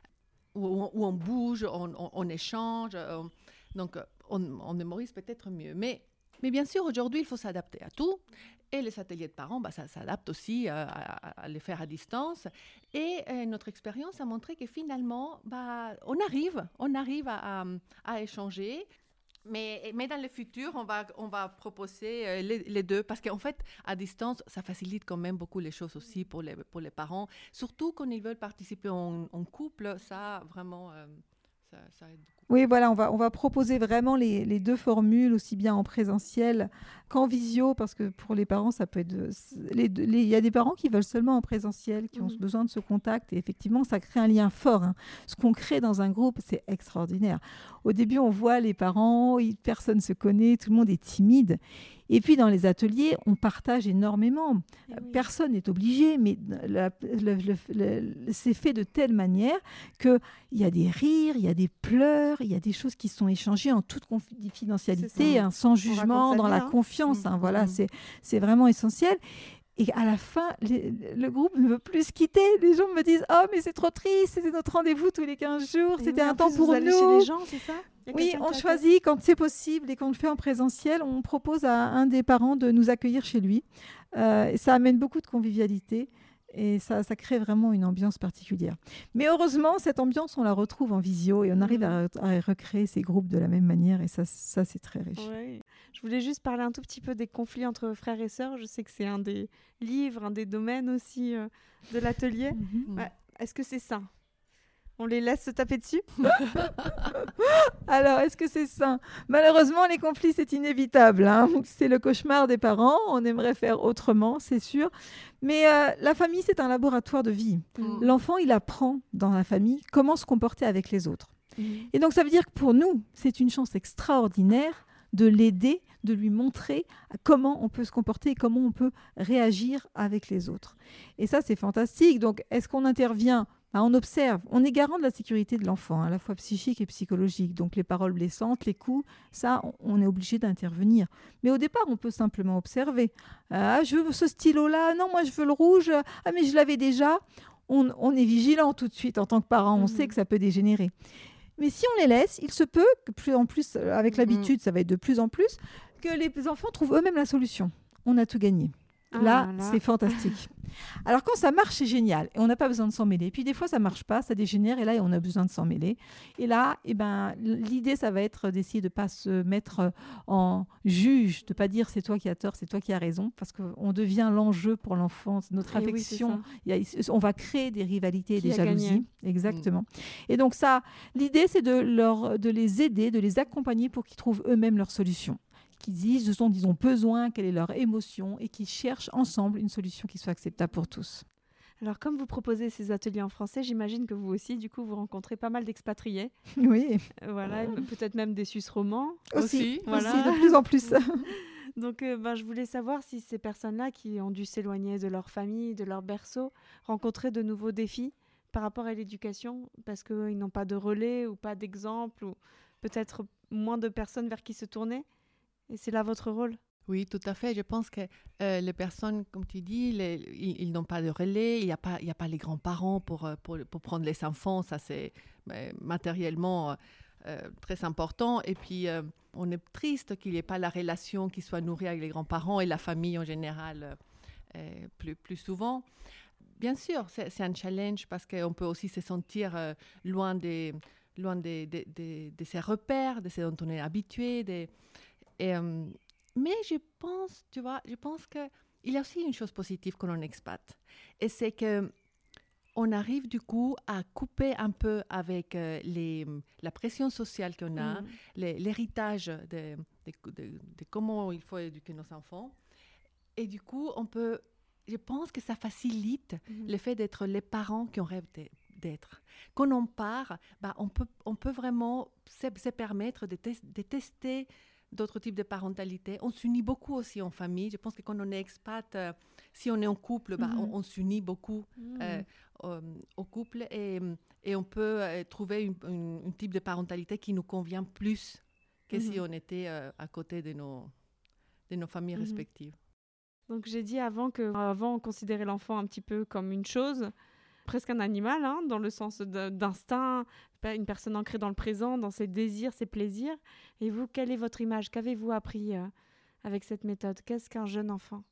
où, on- où on bouge, on, on- on échange. euh, donc, on, on mémorise peut-être mieux. Mais, mais bien sûr, aujourd'hui, il faut s'adapter à tout. Et les ateliers de parents, bah, ça s'adapte aussi euh, à, à les faire à distance. Et euh, notre expérience a montré que finalement, bah, on arrive, on arrive à, à, à échanger. Mais, mais dans le futur, on va, on va proposer euh, les, les deux, parce qu'en fait, à distance, ça facilite quand même beaucoup les choses aussi pour les, pour les parents. Surtout quand ils veulent participer en, en couple, ça, vraiment, euh, ça, ça aide beaucoup. Oui, voilà, on va, on va proposer vraiment les, les deux formules, aussi bien en présentiel qu'en visio, parce que pour les parents, ça peut être... les deux- les- Il y a des parents qui veulent seulement en présentiel, qui ont Mhm. besoin de ce contact, et effectivement, ça crée un lien fort. Hein. Ce qu'on crée dans un groupe, c'est extraordinaire. Au début, on voit les parents, ils- personne ne se connaît, tout le monde est timide. Et puis, dans les ateliers, on partage énormément. Eh oui. Personne n'est obligé, mais la- le- le- le- c'est fait de telle manière qu'il y a des rires, il y a des pleurs, il y a des choses qui sont échangées en toute confidentialité, C'est ça. hein, sans raconte jugement, sa dans vie, la hein. confiance. Mmh, hein, voilà, mmh. c'est, c'est vraiment essentiel. Et à la fin, les, le groupe ne veut plus se quitter. Les gens me disent « Oh, mais c'est trop triste, c'était notre rendez-vous tous les quinze jours, Et c'était oui, un en temps plus, pour vous nous. » allez chez les gens, c'est ça? Il y a Oui, quelqu'un on qui choisit quand c'est possible et quand on le fait en présentiel, on propose à un des parents de nous accueillir chez lui. Euh, et ça amène beaucoup de convivialité et ça, ça crée vraiment une ambiance particulière. Mais heureusement, cette ambiance, on la retrouve en visio et on arrive à, à recréer ces groupes de la même manière et ça, ça c'est très riche. Ouais. Je voulais juste parler un tout petit peu des conflits entre frères et sœurs. Je sais que c'est un des livres, un des domaines aussi euh, de l'atelier. Mm-hmm. Ouais. Est-ce que c'est sain? On les laisse se taper dessus? Alors, est-ce que c'est sain? Malheureusement, les conflits, c'est inévitable. Hein. C'est le cauchemar des parents. On aimerait faire autrement, c'est sûr. Mais euh, la famille, c'est un laboratoire de vie. Mmh. L'enfant, il apprend dans la famille comment se comporter avec les autres. Mmh. Et donc, ça veut dire que pour nous, c'est une chance extraordinaire de l'aider, de lui montrer comment on peut se comporter et comment on peut réagir avec les autres. Et ça, c'est fantastique. Donc, est-ce qu'on intervient? On observe, on est garant de la sécurité de l'enfant, à la fois psychique et psychologique. Donc les paroles blessantes, les coups, ça, on est obligé d'intervenir. Mais au départ, on peut simplement observer. Ah, je veux ce stylo-là, non, moi je veux le rouge, ah mais je l'avais déjà. On, on est vigilant tout de suite en tant que parent, on mmh. sait que ça peut dégénérer. Mais si on les laisse, il se peut que plus en plus, avec l'habitude, ça va être de plus en plus, que les enfants trouvent eux-mêmes la solution. On a tout gagné. Là, ah là. C'est fantastique. Alors, quand ça marche, c'est génial. Et on n'a pas besoin de s'en mêler. Puis, des fois, ça ne marche pas, ça dégénère. Et là, on a besoin de s'en mêler. Et là, eh ben, l'idée, ça va être d'essayer de ne pas se mettre en juge, de ne pas dire c'est toi qui as tort, c'est toi qui as raison. Parce qu'on devient l'enjeu pour l'enfant. Notre et affection, oui, a, on va créer des rivalités qui et des jalousies. Gagné. Exactement. Mmh. Et donc, ça, l'idée, c'est de, leur, de les aider, de les accompagner pour qu'ils trouvent eux-mêmes leur solution. Qui disent ce dont ils ont besoin, quelle est leur émotion et qui cherchent ensemble une solution qui soit acceptable pour tous. Alors, comme vous proposez ces ateliers en français, j'imagine que vous aussi, du coup, vous rencontrez pas mal d'expatriés. Oui. Euh, voilà, peut-être même des Suisses romans. Aussi, aussi, voilà. Aussi de plus en plus. Donc, euh, ben, je voulais savoir si ces personnes-là qui ont dû s'éloigner de leur famille, de leur berceau, rencontraient de nouveaux défis par rapport à l'éducation, parce qu'ils n'ont pas de relais ou pas d'exemple, ou peut-être moins de personnes vers qui se tourner. Et c'est là votre rôle? Oui, tout à fait. Je pense que euh, les personnes, comme tu dis, les, ils, ils n'ont pas de relais, il n'y a pas, il n'y a pas les grands-parents pour, pour, pour prendre les enfants. Ça, c'est euh, matériellement euh, très important. Et puis, euh, on est triste qu'il n'y ait pas la relation qui soit nourrie avec les grands-parents et la famille en général euh, plus, plus souvent. Bien sûr, c'est, c'est un challenge parce qu'on peut aussi se sentir euh, loin, des, loin de, de, de, de ses repères, de ce dont on est habitué, des... Et, euh, mais je pense, tu vois, je pense qu'il y a aussi une chose positive quand on est expat. Et c'est qu'on arrive du coup à couper un peu avec euh, les, la pression sociale qu'on a, mmh. les, l'héritage de, de, de, de comment il faut éduquer nos enfants. Et du coup, on peut, je pense que ça facilite mmh. le fait d'être les parents qu'on rêve d'être. Quand on part, bah, on, peut, on peut vraiment se, se permettre de, tes, de tester d'autres types de parentalité. On s'unit beaucoup aussi en famille. Je pense que quand on est expat, euh, si on est en couple, bah, mmh. on, on s'unit beaucoup mmh. euh, euh, au couple et, et on peut euh, trouver une, une, un type de parentalité qui nous convient plus que mmh. si on était euh, à côté de nos, de nos familles mmh. respectives. Donc j'ai dit avant qu'avant on considérait l'enfant un petit peu comme une chose, presque un animal, hein, dans le sens de, d'instinct, une personne ancrée dans le présent, dans ses désirs, ses plaisirs. Et vous, quelle est votre image? Qu'avez-vous appris euh, avec cette méthode? Qu'est-ce qu'un jeune enfant?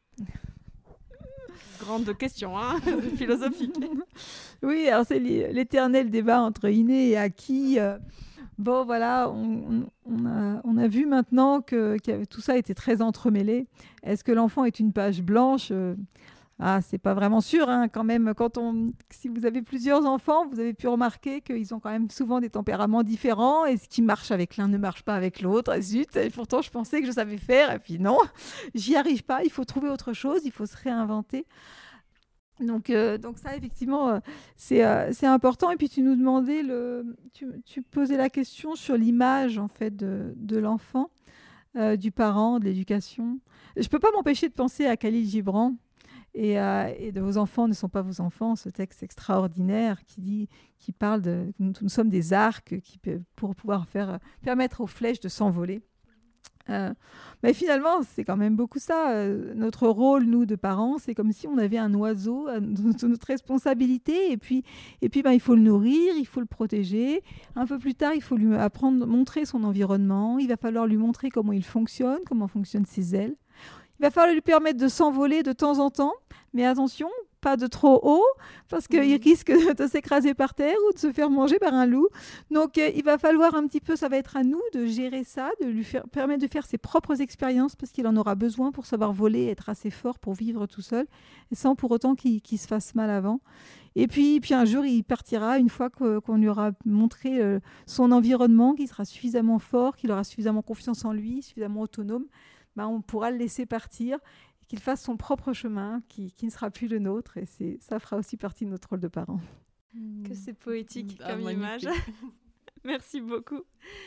Grande question, hein, philosophique. Oui, alors c'est l'éternel débat entre inné et acquis. Euh, bon, voilà, on, on, a, on a vu maintenant que, que tout ça était très entremêlé. Est-ce que l'enfant est une page blanche? euh, Ah, c'est pas vraiment sûr, hein, quand même. Quand on, si vous avez plusieurs enfants, vous avez pu remarquer qu'ils ont quand même souvent des tempéraments différents et ce qui marche avec l'un ne marche pas avec l'autre. Et zut, et pourtant, je pensais que je savais faire et puis non, j'y arrive pas. Il faut trouver autre chose, il faut se réinventer. Donc, euh, donc ça, effectivement, euh, c'est, euh, c'est important. Et puis, tu nous demandais, le, tu, tu posais la question sur l'image, en fait, de, de l'enfant, euh, du parent, de l'éducation. Je peux pas m'empêcher de penser à Khalil Gibran. Et, euh, et de vos enfants ne sont pas vos enfants, ce texte extraordinaire qui dit, qui parle de nous, nous sommes des arcs qui pour pouvoir faire permettre aux flèches de s'envoler. Euh, mais finalement, c'est quand même beaucoup ça. Euh, notre rôle, nous, de parents, c'est comme si on avait un oiseau, euh, notre responsabilité. Et puis, et puis ben, il faut le nourrir, il faut le protéger. Un peu plus tard, il faut lui apprendre, montrer son environnement. Il va falloir lui montrer comment il fonctionne, comment fonctionnent ses ailes. Il va falloir lui permettre de s'envoler de temps en temps. Mais attention, pas de trop haut, parce qu'il mmh. risque de s'écraser par terre ou de se faire manger par un loup. Donc, euh, il va falloir un petit peu, ça va être à nous de gérer ça, de lui faire, permettre de faire ses propres expériences, parce qu'il en aura besoin pour savoir voler, être assez fort pour vivre tout seul, et sans pour autant qu'il, qu'il se fasse mal avant. Et puis, puis un jour, il partira une fois que, qu'on lui aura montré euh, son environnement, qu'il sera suffisamment fort, qu'il aura suffisamment confiance en lui, suffisamment autonome. Ben, on pourra le laisser partir, qu'il fasse son propre chemin, qui, qui ne sera plus le nôtre. Et c'est, ça fera aussi partie de notre rôle de parents. Que c'est poétique ah, comme magnifique. image. Merci beaucoup.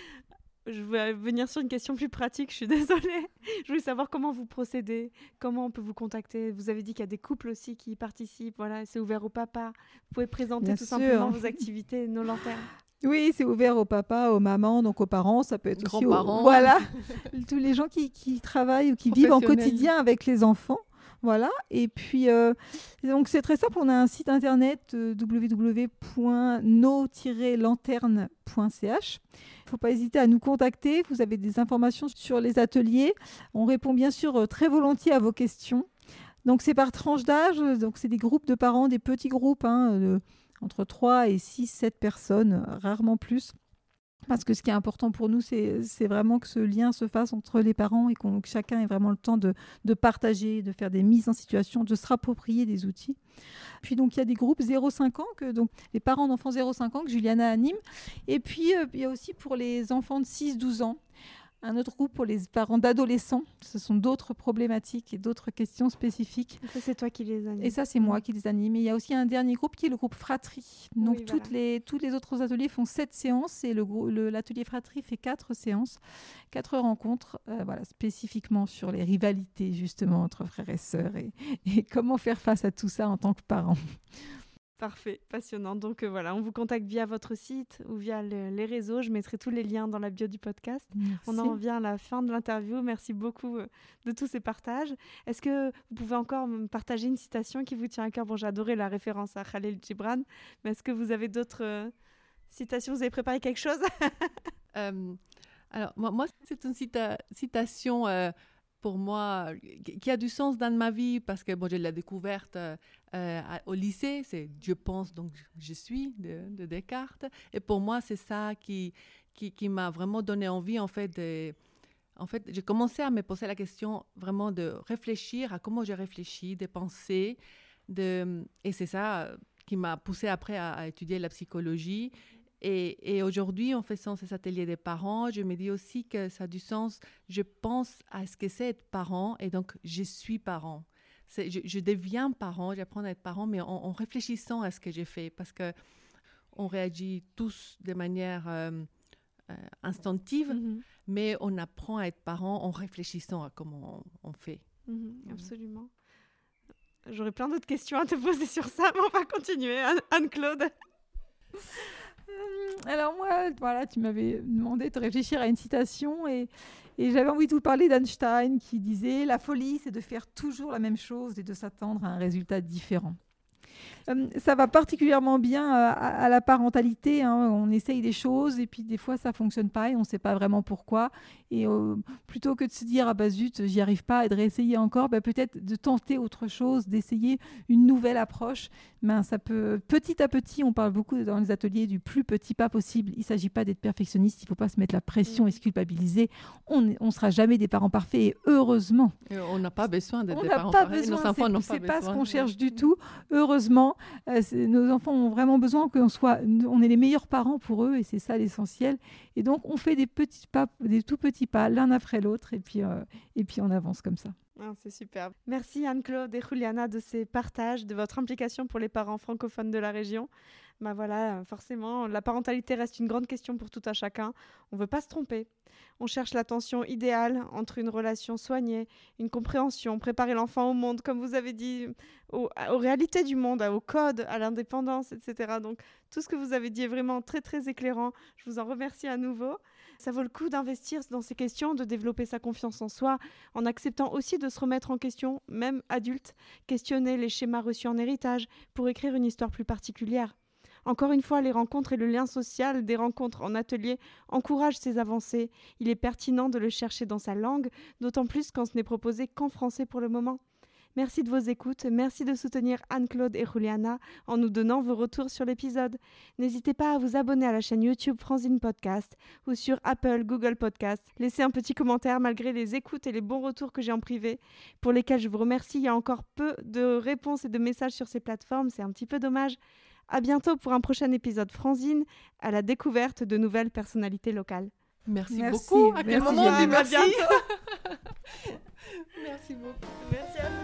Je vais venir sur une question plus pratique, je suis désolée. Je voulais savoir comment vous procédez, comment on peut vous contacter. Vous avez dit qu'il y a des couples aussi qui participent. Voilà, c'est ouvert aux papas. Vous pouvez présenter Bien tout sûr. simplement vos activités, nos lanternes. Oui, c'est ouvert aux papas, aux mamans, donc aux parents. Ça peut être aussi aux grands-parents. Voilà, tous les gens qui, qui travaillent ou qui vivent en quotidien avec les enfants. Voilà. Et puis, euh, donc c'est très simple. On a un site internet euh, w w w point no tiret lanterne point c h. Il ne faut pas hésiter à nous contacter. Vous avez des informations sur les ateliers. On répond bien sûr euh, très volontiers à vos questions. Donc c'est par tranche d'âge. Donc c'est des groupes de parents, des petits groupes, hein, de, entre trois et six, sept personnes, rarement plus. Parce que ce qui est important pour nous, c'est, c'est vraiment que ce lien se fasse entre les parents et qu'on, que chacun ait vraiment le temps de, de partager, de faire des mises en situation, de se rapproprier des outils. Puis donc, il y a des groupes zéro à cinq ans, que, donc, les parents d'enfants zéro à cinq ans que Juliana anime. Et puis, euh, il y a aussi pour les enfants de six à douze ans, un autre groupe pour les parents d'adolescents. Ce sont d'autres problématiques et d'autres questions spécifiques. Et ça, c'est toi qui les animes. Et ça, c'est moi qui les anime. Et il y a aussi un dernier groupe qui est le groupe Fratrie. Donc, oui, toutes voilà. les, tous les autres ateliers font sept séances et le, le, l'atelier Fratrie fait quatre séances, quatre rencontres, euh, voilà, spécifiquement sur les rivalités, justement, entre frères et sœurs et, et comment faire face à tout ça en tant que parents. Parfait, passionnant. Donc euh, voilà, on vous contacte via votre site ou via le, les réseaux. Je mettrai tous les liens dans la bio du podcast. Merci. On en revient à la fin de l'interview. Merci beaucoup euh, de tous ces partages. Est-ce que vous pouvez encore me partager une citation qui vous tient à cœur ? Bon, j'ai adoré la référence à Khalil Gibran, mais est-ce que vous avez d'autres euh, citations ? Vous avez préparé quelque chose ? euh, Alors, moi, moi, c'est une cita- citation... Euh, pour moi, qui a du sens dans ma vie, parce que bon, je l'ai découverte euh, euh, au lycée, c'est « je pense, donc je suis » de, de Descartes. Et pour moi, c'est ça qui, qui, qui m'a vraiment donné envie, en fait, de... En fait, j'ai commencé à me poser la question vraiment de réfléchir à comment je réfléchis, de penser, de... et c'est ça qui m'a poussée après à, à étudier la psychologie. Et, et aujourd'hui, en faisant ces ateliers des parents, je me dis aussi que ça a du sens. Je pense à ce que c'est être parent et donc je suis parent. C'est, je, je deviens parent, j'apprends à être parent, mais en, en réfléchissant à ce que j'ai fait, parce qu'on réagit tous de manière euh, euh, instinctive, mm-hmm. mais on apprend à être parent en réfléchissant à comment on, on fait. Mm-hmm, mm-hmm. Absolument. J'aurais plein d'autres questions à te poser sur ça, mais on va continuer. Anne-Claude. Alors moi, voilà, tu m'avais demandé de réfléchir à une citation et, et j'avais envie de vous parler d'Einstein qui disait « La folie, c'est de faire toujours la même chose et de s'attendre à un résultat différent ». Euh, ça va particulièrement bien à, à la parentalité, hein. On essaye des choses et puis des fois ça ne fonctionne pas et on ne sait pas vraiment pourquoi. Et euh, plutôt que de se dire « Ah bah zut, j'y arrive pas » et de réessayer encore, bah, peut-être de tenter autre chose, d'essayer une nouvelle approche. Ben, ça peut, petit à petit, on parle beaucoup dans les ateliers du plus petit pas possible. Il ne s'agit pas d'être perfectionniste, il ne faut pas se mettre la pression et se culpabiliser. On ne sera jamais des parents parfaits et heureusement. Et on n'a pas besoin d'être on des n'a parents pas parfaits. besoin, Nos enfants c'est, n'ont c'est pas pas besoin. ce qu'on cherche du tout. Heureusement, euh, nos enfants ont vraiment besoin qu'on soit, on est les meilleurs parents pour eux et c'est ça l'essentiel. Et donc, on fait des petits pas, des tout petits pas l'un après l'autre et puis, euh, et puis on avance comme ça. Ah, c'est superbe. Merci Anne-Claude et Juliana de ces partages, de votre implication pour les parents francophones de la région. Bah voilà, forcément, la parentalité reste une grande question pour tout un chacun. On ne veut pas se tromper. On cherche la tension idéale entre une relation soignée, une compréhension, préparer l'enfant au monde, comme vous avez dit, aux, aux réalités du monde, au code, à l'indépendance, et cetera. Donc tout ce que vous avez dit est vraiment très très éclairant. Je vous en remercie à nouveau. Ça vaut le coup d'investir dans ces questions, de développer sa confiance en soi, en acceptant aussi de se remettre en question, même adulte, questionner les schémas reçus en héritage pour écrire une histoire plus particulière. Encore une fois, les rencontres et le lien social des rencontres en atelier encouragent ces avancées. Il est pertinent de le chercher dans sa langue, d'autant plus quand ce n'est proposé qu'en français pour le moment. Merci de vos écoutes, merci de soutenir Anne-Claude et Juliana en nous donnant vos retours sur l'épisode. N'hésitez pas à vous abonner à la chaîne YouTube Franzine Podcast ou sur Apple, Google Podcast. Laissez un petit commentaire malgré les écoutes et les bons retours que j'ai en privé, pour lesquels je vous remercie. Il y a encore peu de réponses et de messages sur ces plateformes, c'est un petit peu dommage. À bientôt pour un prochain épisode Franzine, à la découverte de nouvelles personnalités locales. Merci, merci beaucoup. À quel merci moment on dit merci. À bientôt. Merci beaucoup. Merci à vous.